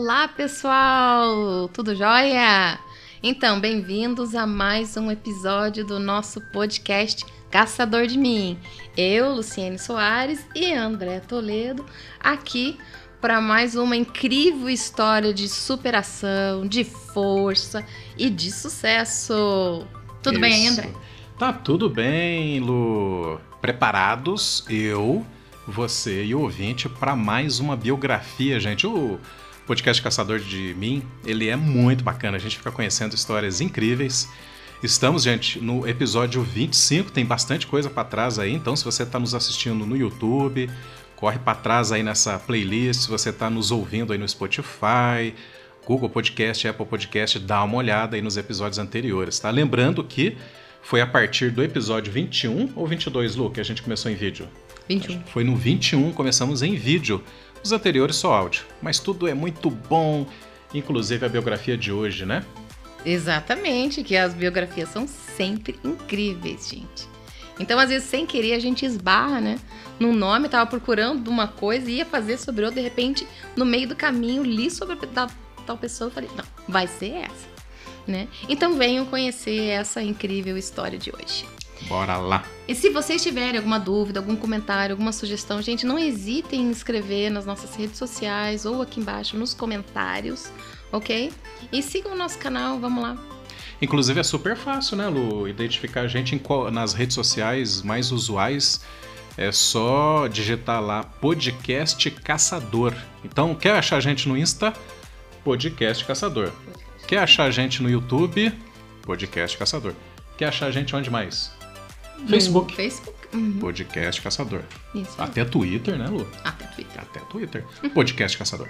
Olá, pessoal! Tudo jóia? Então, bem-vindos a mais um episódio do nosso podcast Caçador de Mim. Eu, Luciene Soares e André Toledo, aqui para mais uma incrível história de superação, de força e de sucesso. Tudo bem aí, André? Tá tudo bem, Lu. Preparados, eu, você e o ouvinte, para mais uma biografia, gente. O podcast Caçador de Mim, ele é muito bacana. A gente fica conhecendo histórias incríveis. Estamos, gente, no episódio 25. Tem bastante coisa para trás aí. Então, se você está nos assistindo no YouTube, corre para trás aí nessa playlist. Se você está nos ouvindo aí no Spotify, Google Podcast, Apple Podcast, dá uma olhada aí nos episódios anteriores, tá? Lembrando que foi a partir do episódio 21 ou 22, Lu, que a gente começou em vídeo? 21. Foi no 21, começamos em vídeo. Os anteriores só áudio. Mas tudo é muito bom, inclusive a biografia de hoje, né? Exatamente, que as biografias são sempre incríveis, gente. Então, às vezes, sem querer, a gente esbarra, né? Num nome, tava procurando uma coisa, ia fazer sobre outra, de repente, no meio do caminho, li sobre tal pessoa e falei, não, vai ser essa. Né? Então venham conhecer essa incrível história de hoje. Bora lá! E se vocês tiverem alguma dúvida, algum comentário, alguma sugestão, gente, não hesitem em escrever nas nossas redes sociais ou aqui embaixo nos comentários, ok? E sigam o nosso canal, vamos lá. Inclusive é super fácil, né, Lu? Identificar a gente nas redes sociais mais usuais. É só digitar lá Podcast Caçador. Então, quer achar a gente no Insta? Podcast Caçador. Quer achar a gente no YouTube? Podcast Caçador. Quer achar a gente onde mais? Facebook. Uhum. Podcast Caçador. Isso. Até Twitter, né, Lu? Até Twitter. Podcast Caçador.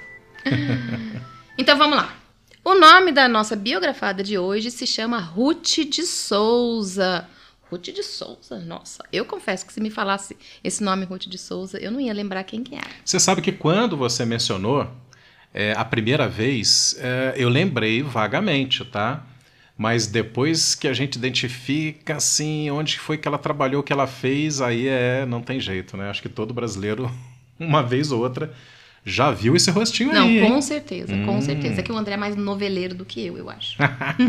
Então vamos lá. O nome da nossa biografada de hoje se chama Ruth de Souza. Ruth de Souza? Nossa, eu confesso que se me falasse esse nome Ruth de Souza, eu não ia lembrar quem que era. Você sabe que quando você mencionou a primeira vez, eu lembrei vagamente, tá? Mas depois que a gente identifica, assim, onde foi que ela trabalhou, o que ela fez, aí não tem jeito, né? Acho que todo brasileiro, uma vez ou outra, já viu esse rostinho aí. Não, com certeza, com certeza. É que o André é mais noveleiro do que eu acho.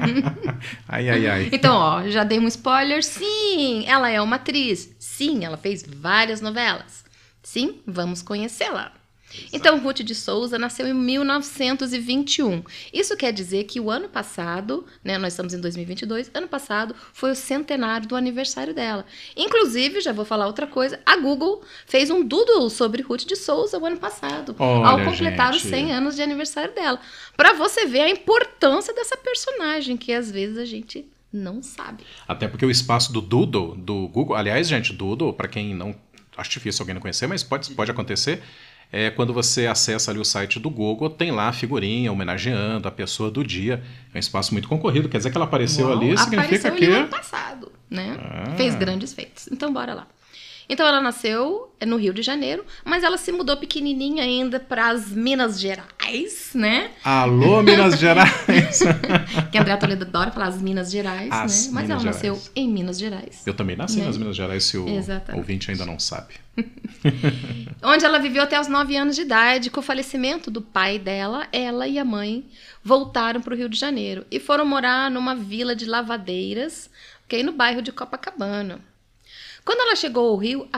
Ai, ai, ai. Então, ó, já dei um spoiler. Sim, ela é uma atriz. Sim, ela fez várias novelas. Sim, vamos conhecê-la. Então, Ruth de Souza nasceu em 1921. Isso quer dizer que o ano passado, né, nós estamos em 2022, ano passado foi o centenário do aniversário dela. Inclusive, já vou falar outra coisa, a Google fez um doodle sobre Ruth de Souza o ano passado, ao completar os 100 anos de aniversário dela. Para você ver a importância dessa personagem, que às vezes a gente não sabe. Até porque o espaço do doodle, do Google, aliás, gente, doodle, para quem não, acho difícil alguém não conhecer, mas pode acontecer. Quando você acessa ali o site do Google, tem lá a figurinha homenageando a pessoa do dia. É um espaço muito concorrido, quer dizer que ela apareceu ali, significa que... Apareceu no ano passado, né? Fez grandes feitos. Então, bora lá. Então, ela nasceu no Rio de Janeiro, mas ela se mudou pequenininha ainda para as Minas Gerais, né? Alô, Minas Gerais! Que a André Toledo adora falar as Minas Gerais, né? Mas Minas ela Gerais. nasceu em Minas Gerais. Eu também nasci nas Minas Gerais, se o ouvinte ainda não sabe. Onde ela viveu até os 9 anos de idade. Com o falecimento do pai dela, ela e a mãe voltaram para o Rio de Janeiro e foram morar numa vila de lavadeiras, okay, no bairro de Copacabana. Quando ela chegou ao Rio,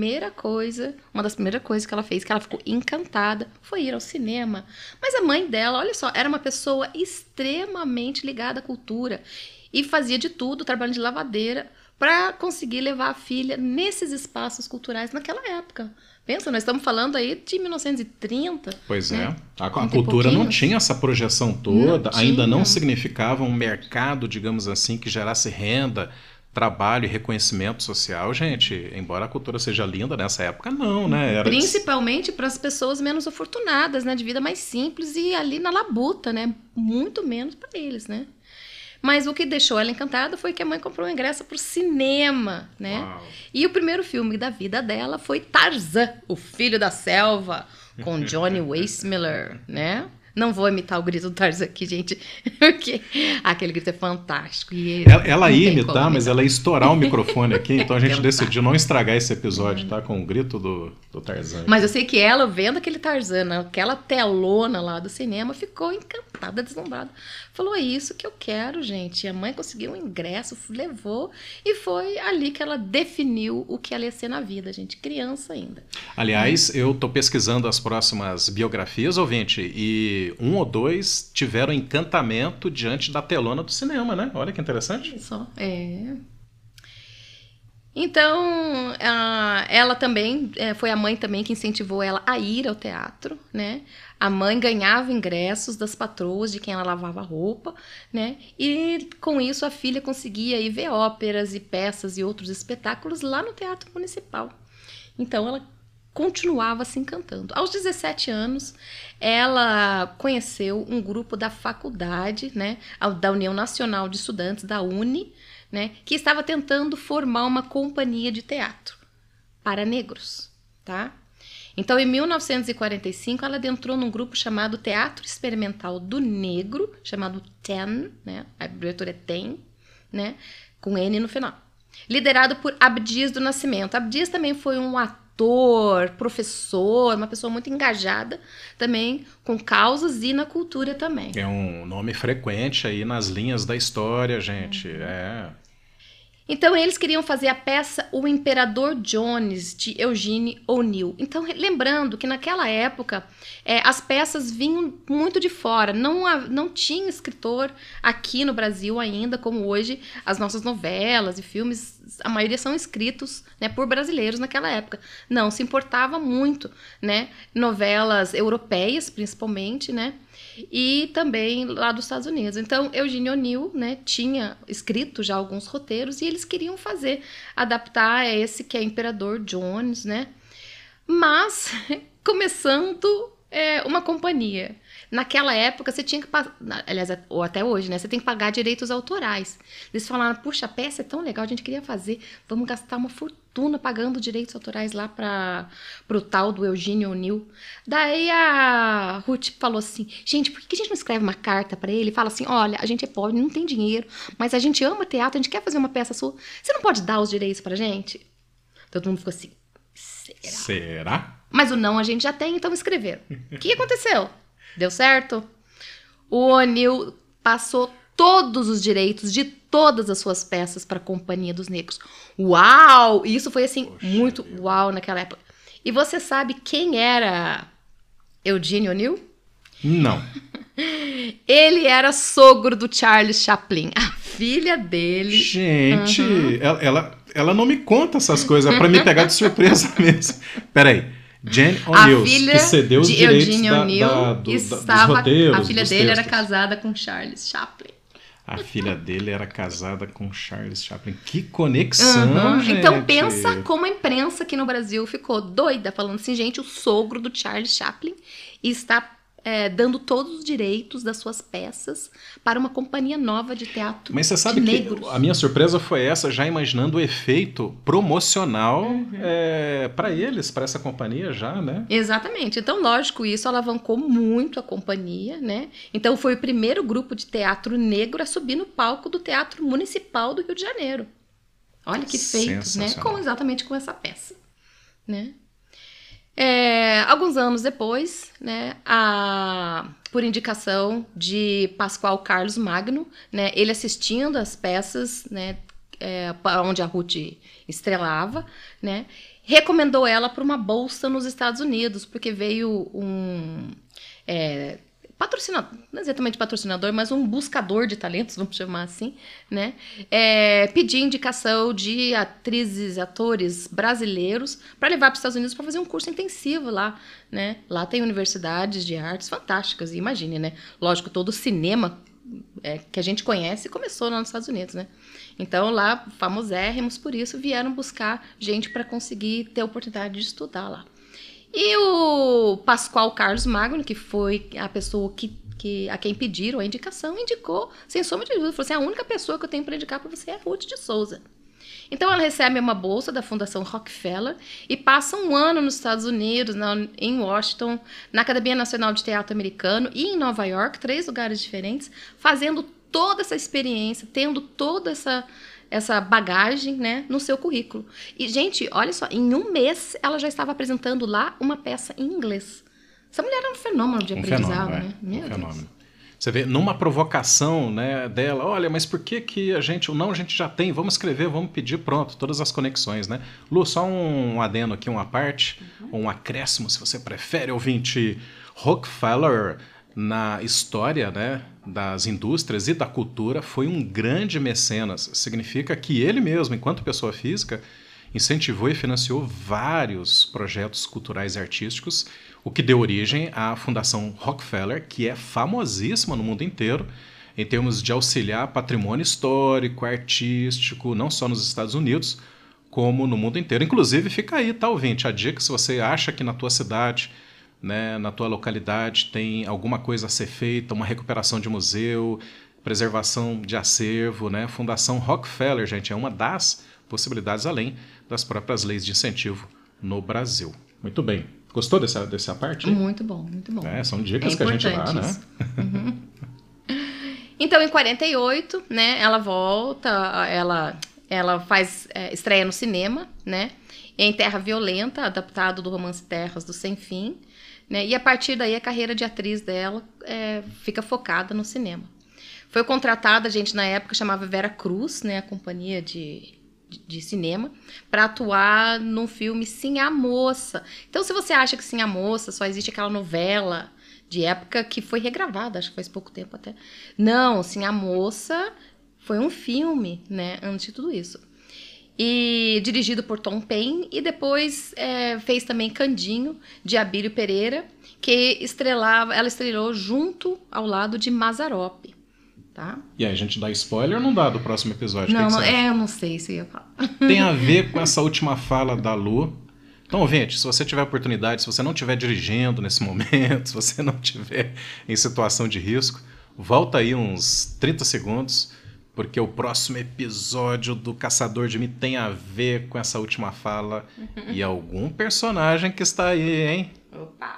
uma das primeiras coisas que ela fez, que ela ficou encantada, foi ir ao cinema. Mas a mãe dela, olha só, era uma pessoa extremamente ligada à cultura e fazia de tudo, trabalhando de lavadeira, para conseguir levar a filha nesses espaços culturais naquela época. Pensa, nós estamos falando aí de 1930. Pois né? A cultura não tinha essa projeção toda, ainda não significava um mercado, digamos assim, que gerasse renda, trabalho e reconhecimento social, gente, embora a cultura seja linda nessa época, não, né? Principalmente para as pessoas menos afortunadas, né? De vida mais simples e ali na labuta, né? Muito menos para eles, né? Mas o que deixou ela encantada foi que a mãe comprou um ingresso para o cinema, né? Uau. E o primeiro filme da vida dela foi Tarzan, o Filho da Selva, com Johnny Weissmuller, né? Não vou imitar o grito do Tarzan aqui, gente, porque aquele grito é fantástico. E ela ia imitar, mas ela ia estourar o microfone aqui, então a gente decidiu não estragar esse episódio, tá? Com o grito do Tarzan. Mas eu sei que ela, vendo aquele Tarzan, aquela telona lá do cinema, ficou encantada, deslumbrada. Falou, é isso que eu quero, gente. E a mãe conseguiu um ingresso, levou, e foi ali que ela definiu o que ela ia ser na vida, gente. Criança ainda. Aliás, eu tô pesquisando as próximas biografias, ouvinte, e 1 ou 2 tiveram encantamento diante da telona do cinema, né? Olha que interessante. Isso, Então, ela também, foi a mãe também que incentivou ela a ir ao teatro, né? A mãe ganhava ingressos das patroas de quem ela lavava roupa, né? E com isso a filha conseguia ir ver óperas e peças e outros espetáculos lá no Teatro Municipal. Então, ela continuava se encantando. Aos 17 anos, ela conheceu um grupo da faculdade, né, da União Nacional de Estudantes, da UNE, né, que estava tentando formar uma companhia de teatro para negros, tá? Então, em 1945, ela adentrou num grupo chamado Teatro Experimental do Negro, chamado TEN, né, a abreviatura é TEN, né, com N no final. Liderado por Abdias do Nascimento. Abdias também foi um ator, professor, uma pessoa muito engajada também com causas e na cultura também. É um nome frequente aí nas linhas da história, gente. Então, eles queriam fazer a peça O Imperador Jones, de Eugene O'Neill. Então, lembrando que naquela época, as peças vinham muito de fora. Não tinha escritor aqui no Brasil ainda, como hoje as nossas novelas e filmes, a maioria são escritos, né, por brasileiros naquela época. Não, se importava muito, né? Novelas europeias, principalmente, né? E também lá dos Estados Unidos. Então, Eugene O'Neill, né, tinha escrito já alguns roteiros e eles queriam adaptar a esse que é Imperador Jones, né? Mas, começando uma companhia. Naquela época, você tinha que pagar, aliás, ou até hoje, né? Você tem que pagar direitos autorais. Eles falaram, puxa, a peça é tão legal, a gente queria fazer, vamos gastar uma fortuna pagando direitos autorais lá pro tal do Eugene O'Neill. Daí a Ruth falou assim, gente, por que a gente não escreve uma carta para ele e fala assim, olha, a gente é pobre, não tem dinheiro, mas a gente ama teatro, a gente quer fazer uma peça sua, você não pode dar os direitos pra gente? Todo mundo ficou assim, Será? Mas o não a gente já tem, então escreveram. O que aconteceu? Deu certo? O O'Neill passou todos os direitos de todas as suas peças para a Companhia dos Negros. Uau! E isso foi assim, muito uau naquela época. E você sabe quem era Eugene O'Neill? Não. Ele era sogro do Charles Chaplin, a filha dele. Gente, ela não me conta essas coisas, é pra me pegar de surpresa mesmo. Peraí. Jane O'Neill, que cedeu os direitos dos roteiros. A filha dele era casada com Charles Chaplin. A filha dele era casada com Charles Chaplin. Que conexão, gente. Então pensa como a imprensa aqui no Brasil ficou doida, falando assim, gente, o sogro do Charles Chaplin está dando todos os direitos das suas peças para uma companhia nova de teatro. Mas você sabe que a minha surpresa foi essa, já imaginando o efeito promocional para eles, para essa companhia já, né? Exatamente. Então, lógico, isso alavancou muito a companhia, né? Então, foi o primeiro grupo de teatro negro a subir no palco do Teatro Municipal do Rio de Janeiro. Olha que feito, né? Exatamente com essa peça, né? Alguns anos depois, né, por indicação de Pascoal Carlos Magno, né, ele assistindo às peças, né, onde a Ruth estrelava, né, recomendou ela para uma bolsa nos Estados Unidos, porque veio um patrocinador, não exatamente patrocinador, mas um buscador de talentos, vamos chamar assim, né? Pedir indicação de atrizes, atores brasileiros para levar para os Estados Unidos para fazer um curso intensivo lá, né? Lá tem universidades de artes fantásticas, e imagine, né? Lógico, todo o cinema que a gente conhece começou lá nos Estados Unidos, né? Então lá, famosérrimos por isso, vieram buscar gente para conseguir ter a oportunidade de estudar lá. E o Pascoal Carlos Magno, que foi a pessoa a quem pediram a indicação, indicou, sem sombra de dúvida, falou assim, a única pessoa que eu tenho para indicar para você é a Ruth de Souza. Então ela recebe uma bolsa da Fundação Rockefeller e passa um ano nos Estados Unidos, em Washington, na Academia Nacional de Teatro Americano e em Nova York, 3 lugares diferentes, fazendo toda essa experiência, tendo toda essa bagagem, né, no seu currículo. E, gente, olha só, em um mês ela já estava apresentando lá uma peça em inglês. Essa mulher era um fenômeno de aprendizado, né? Um fenômeno. Você vê, numa provocação, né, dela, olha, mas por que a gente já tem, vamos escrever, vamos pedir, pronto, todas as conexões, né? Lu, só um adendo aqui, uma parte, um acréscimo, se você prefere, ouvinte. Rockefeller, na história, né, das indústrias e da cultura, foi um grande mecenas. Significa que ele mesmo, enquanto pessoa física, incentivou e financiou vários projetos culturais e artísticos, o que deu origem à Fundação Rockefeller, que é famosíssima no mundo inteiro em termos de auxiliar patrimônio histórico, artístico, não só nos Estados Unidos, como no mundo inteiro. Inclusive, fica aí, tá, ouvinte, a dica, se você acha que na tua cidade, né, na tua localidade tem alguma coisa a ser feita, uma recuperação de museu, preservação de acervo, né? Fundação Rockefeller, gente, é uma das possibilidades além das próprias leis de incentivo no Brasil. Muito bem. Gostou dessa parte? Muito bom, muito bom. São dicas que a gente dá, né? Uhum. Então, em 48, né, ela volta, ela faz estreia no cinema, né? Em Terra Violenta, adaptado do romance Terras do Sem Fim, né? E a partir daí a carreira de atriz dela fica focada no cinema. Foi contratada, a gente na época chamava Vera Cruz, né, a companhia de cinema, para atuar no filme Sim a Moça. Então, se você acha que Sim a Moça só existe aquela novela de época que foi regravada, acho que faz pouco tempo até. Não, Sim a Moça foi um filme, né, antes de tudo isso. E dirigido por Tom Paine, e depois fez também Candinho, de Abílio Pereira, que ela estrelou junto ao lado de Mazzaropi. Tá? E aí, a gente dá spoiler ou não dá do próximo episódio? Não, que eu não sei se eu ia falar. Tem a ver com essa última fala da Lu. Então, gente, se você tiver oportunidade, se você não estiver dirigindo nesse momento, se você não estiver em situação de risco, volta aí uns 30 segundos, porque o próximo episódio do Caçador de Mim tem a ver com essa última fala e algum personagem que está aí, hein? Opa!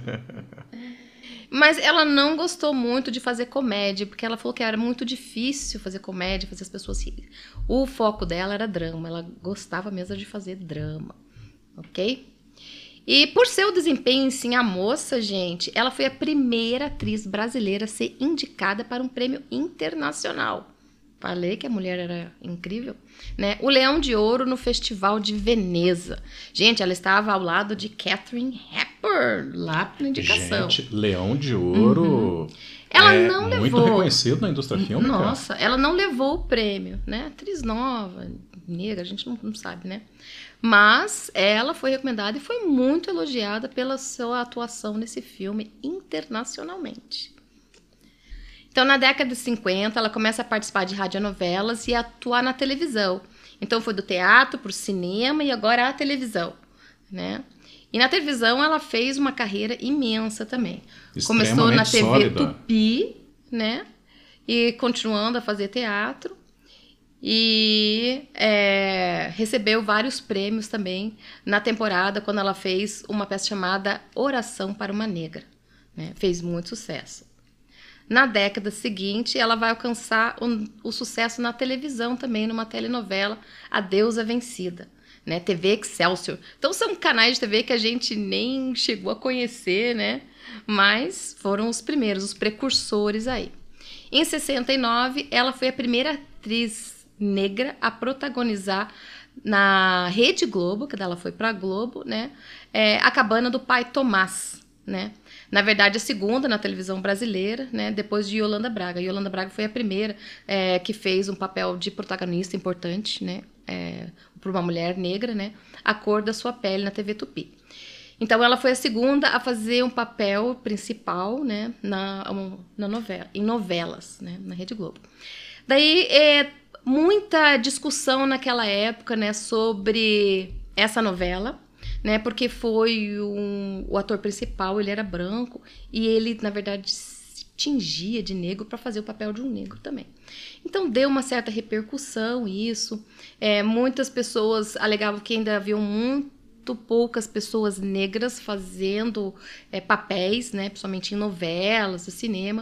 Mas ela não gostou muito de fazer comédia, porque ela falou que era muito difícil fazer comédia, fazer as pessoas rirem. O foco dela era drama, ela gostava mesmo de fazer drama, ok? E por seu desempenho em Sim a Moça, gente, ela foi a primeira atriz brasileira a ser indicada para um prêmio internacional. Falei que a mulher era incrível, né? O Leão de Ouro no Festival de Veneza. Gente, ela estava ao lado de Katharine Hepburn, lá na indicação. Gente, Leão de Ouro ela não muito levou. reconhecido na indústria fílmica. Nossa, ela não levou o prêmio, né? Atriz nova, negra, a gente não sabe, né? Mas ela foi recomendada e foi muito elogiada pela sua atuação nesse filme internacionalmente. Então, na década de 50, ela começa a participar de radionovelas e a atuar na televisão. Então, foi do teatro para o cinema e agora a televisão, né? E na televisão, ela fez uma carreira imensa também. Começou na TV sólida. Tupi, né? E continuando a fazer teatro. E recebeu vários prêmios também na temporada, quando ela fez uma peça chamada Oração para uma Negra, né? Fez muito sucesso. Na década seguinte, ela vai alcançar o sucesso na televisão também, numa telenovela, A Deusa Vencida, né? TV Excelsior. Então, são canais de TV que a gente nem chegou a conhecer, né? Mas foram os primeiros, os precursores aí. Em 69, ela foi a primeira atriz negra a protagonizar na Rede Globo, que ela foi para a Globo, né? A Cabana do Pai Tomás, né? Na verdade, a segunda na televisão brasileira, né? Depois de Yolanda Braga. Yolanda Braga foi a primeira que fez um papel de protagonista importante, né? Para uma mulher negra, né? A Cor da Sua Pele na TV Tupi. Então, ela foi a segunda a fazer um papel principal, né? Em novelas, né? Na Rede Globo. Daí, muita discussão naquela época, né? Sobre essa novela, né? Porque foi o ator principal, ele era branco e ele, na verdade, tingia de negro para fazer o papel de um negro também. Então deu uma certa repercussão isso. Muitas pessoas alegavam que ainda haviam muito poucas pessoas negras fazendo papéis, né, principalmente em novelas, no cinema.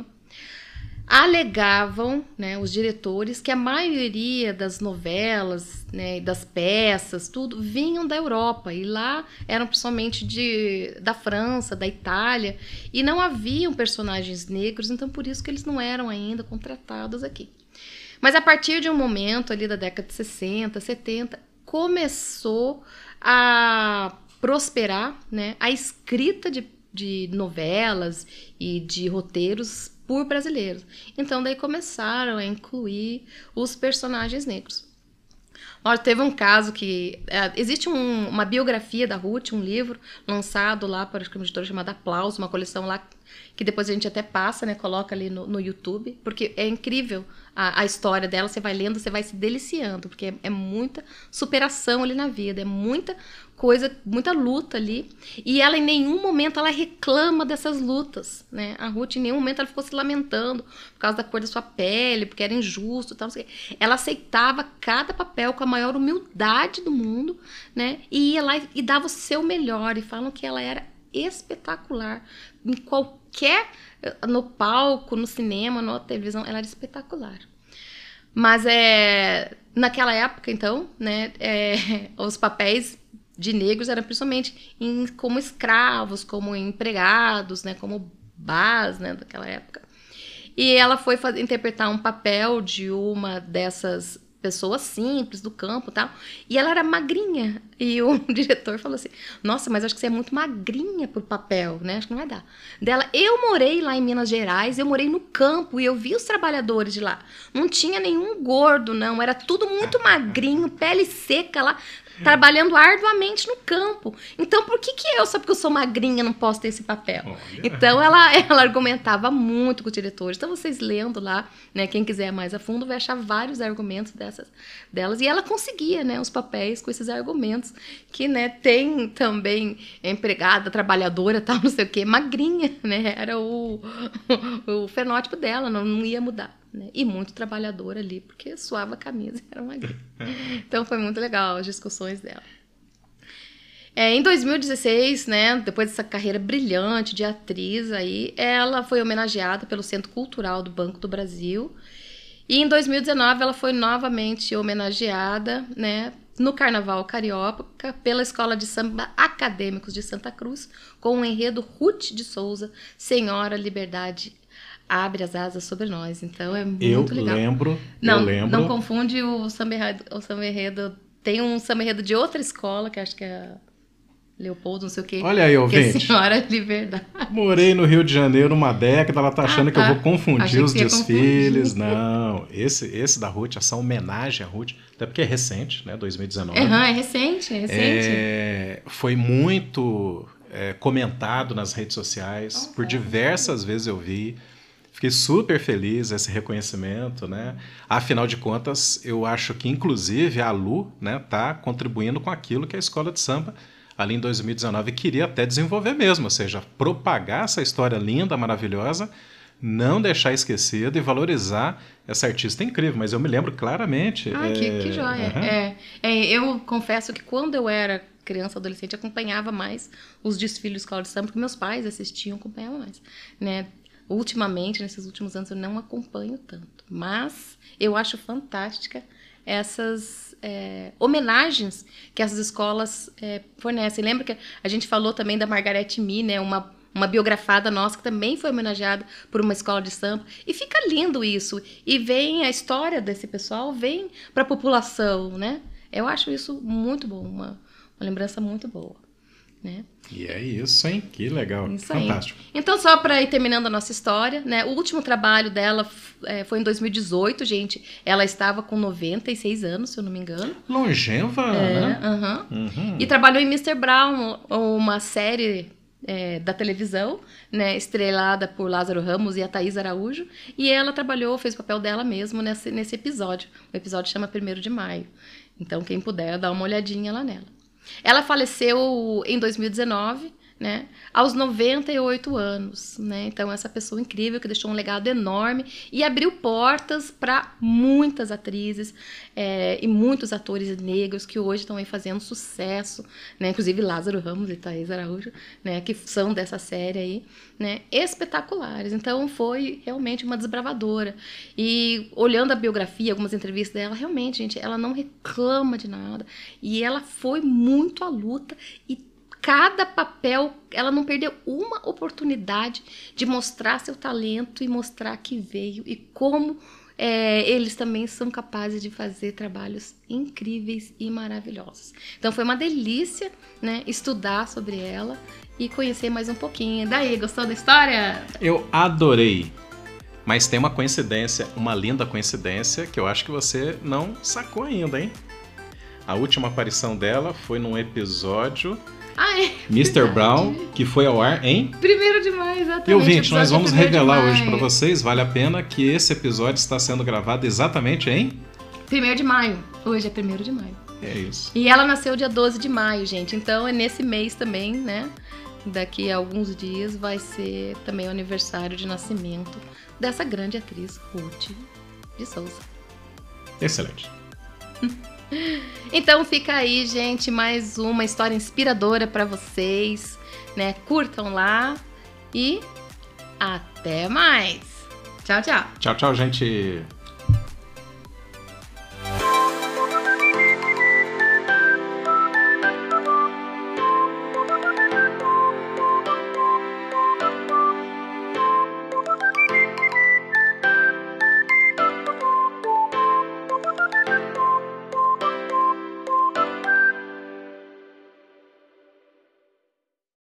Alegavam, né, os diretores, que a maioria das novelas, né, das peças, tudo, vinham da Europa. E lá eram principalmente da França, da Itália. E não haviam personagens negros, então por isso que eles não eram ainda contratados aqui. Mas a partir de um momento ali da década de 60, 70, começou a prosperar, né, a escrita de novelas e de roteiros por brasileiros. Então, daí começaram a incluir os personagens negros. Olha, teve um caso que... existe uma biografia da Ruth, um livro lançado lá para uma editora chamada Aplauso, uma coleção lá que depois a gente até passa, né, coloca ali no YouTube, porque é incrível a história dela, você vai lendo, você vai se deliciando, porque é muita superação ali na vida, é muita coisa, muita luta ali, e ela em nenhum momento ela reclama dessas lutas, né? A Ruth em nenhum momento ela ficou se lamentando por causa da cor da sua pele, porque era injusto e tal, ela aceitava cada papel com a maior humildade do mundo, né? E ia lá e dava o seu melhor, e falam que ela era espetacular em qualquer, no palco, no cinema, na televisão, ela era espetacular. Mas naquela época, então, né, os papéis de negros eram principalmente como escravos, como empregados, né, como bás, né, daquela época. E ela foi interpretar um papel de uma dessas pessoas simples do campo e tal, e ela era magrinha, e o diretor falou assim, nossa, mas acho que você é muito magrinha pro papel, né, acho que não vai dar. Dela, eu morei lá em Minas Gerais, eu morei no campo, e eu vi os trabalhadores de lá, não tinha nenhum gordo, não, era tudo muito magrinho, pele seca lá, trabalhando arduamente no campo. Então, por que só porque eu sou magrinha, não posso ter esse papel? Olha. Então, ela argumentava muito com os diretores. Então, vocês lendo lá, né, quem quiser mais a fundo, vai achar vários argumentos delas. E ela conseguia, né, os papéis com esses argumentos. Que, né, tem também empregada, trabalhadora, tal, não sei o quê, magrinha, né? Era o fenótipo dela, não ia mudar. Né? E muito trabalhadora ali, porque suava a camisa e era magrinha. Então foi muito legal as discussões dela. Em 2016, né, depois dessa carreira brilhante de atriz, aí, ela foi homenageada pelo Centro Cultural do Banco do Brasil. E em 2019 ela foi novamente homenageada, né, no Carnaval Carioca pela Escola de Samba Acadêmicos de Santa Cruz, com o enredo Ruth de Souza, Senhora Liberdade abre as asas sobre nós. Então é muito legal. Eu lembro. Não confunde o samba enredo. Tem um samba enredo de outra escola, que acho que é Leopoldo, não sei o quê. Olha aí, ouvinte. Que é Senhora Liberdade. Morei no Rio de Janeiro uma década, ela tá achando que eu vou confundir os desfiles. Não, esse da Ruth, essa homenagem à Ruth, até porque é recente, né, 2019. É recente. Foi muito comentado nas redes sociais, por diversas vezes eu vi. Fiquei super feliz esse reconhecimento, né? Afinal de contas, eu acho que, inclusive, a Lu, né, tá contribuindo com aquilo que a Escola de Samba, ali em 2019, queria até desenvolver mesmo, ou seja, propagar essa história linda, maravilhosa, não deixar esquecida e valorizar essa artista incrível. Mas eu me lembro claramente... que joia! Eu confesso que quando eu era criança, adolescente, acompanhava mais os desfiles da Escola de Samba, porque meus pais assistiam, acompanhavam mais, né? Ultimamente, nesses últimos anos, eu não acompanho tanto. Mas eu acho fantástica essas homenagens que essas escolas fornecem. Lembra que a gente falou também da Margarete Mi, né? Uma biografada nossa que também foi homenageada por uma escola de samba. E fica lindo isso. E vem a história desse pessoal, vem para a população, né? Eu acho isso muito bom, uma lembrança muito boa. Né? E é isso, hein? Que legal, isso fantástico. Aí. Então, só para ir terminando a nossa história, né? O último trabalho dela foi em 2018, gente. Ela estava com 96 anos, se eu não me engano. Longeva, né? E trabalhou em Mr. Brown, uma série da televisão, né? Estrelada por Lázaro Ramos e a Thaís Araújo. E ela fez o papel dela mesmo nesse episódio. O episódio chama 1º de Maio. Então, quem puder, dá uma olhadinha lá nela. Ela faleceu em 2019, né, aos 98 anos, né? Então, essa pessoa incrível que deixou um legado enorme e abriu portas para muitas atrizes e muitos atores negros que hoje estão aí fazendo sucesso, né? Inclusive Lázaro Ramos e Thaís Araújo, né, que são dessa série aí, né, espetaculares. Então, foi realmente uma desbravadora. E olhando a biografia, algumas entrevistas dela, realmente, gente, ela não reclama de nada. E ela foi muito à luta e cada papel, ela não perdeu uma oportunidade de mostrar seu talento e mostrar que veio e como eles também são capazes de fazer trabalhos incríveis e maravilhosos. Então foi uma delícia, né, estudar sobre ela e conhecer mais um pouquinho. Daí, gostou da história? Eu adorei. Mas tem uma coincidência, uma linda coincidência, que eu acho que você não sacou ainda, hein? A última aparição dela foi num episódio Mr. Brown, que foi ao ar em 1º de maio, exatamente. E ouvinte, nós vamos revelar hoje para vocês. vocês, vale a pena, que esse episódio está sendo gravado exatamente em 1º de maio. Hoje é 1º de maio. É isso. E ela nasceu dia 12 de maio, gente. Então é nesse mês também, né? Daqui a alguns dias vai ser também o aniversário de nascimento dessa grande atriz, Ruth de Souza. Excelente. Então fica aí, gente, mais uma história inspiradora para vocês, né? Curtam lá e até mais. Tchau, tchau. Tchau, tchau, gente.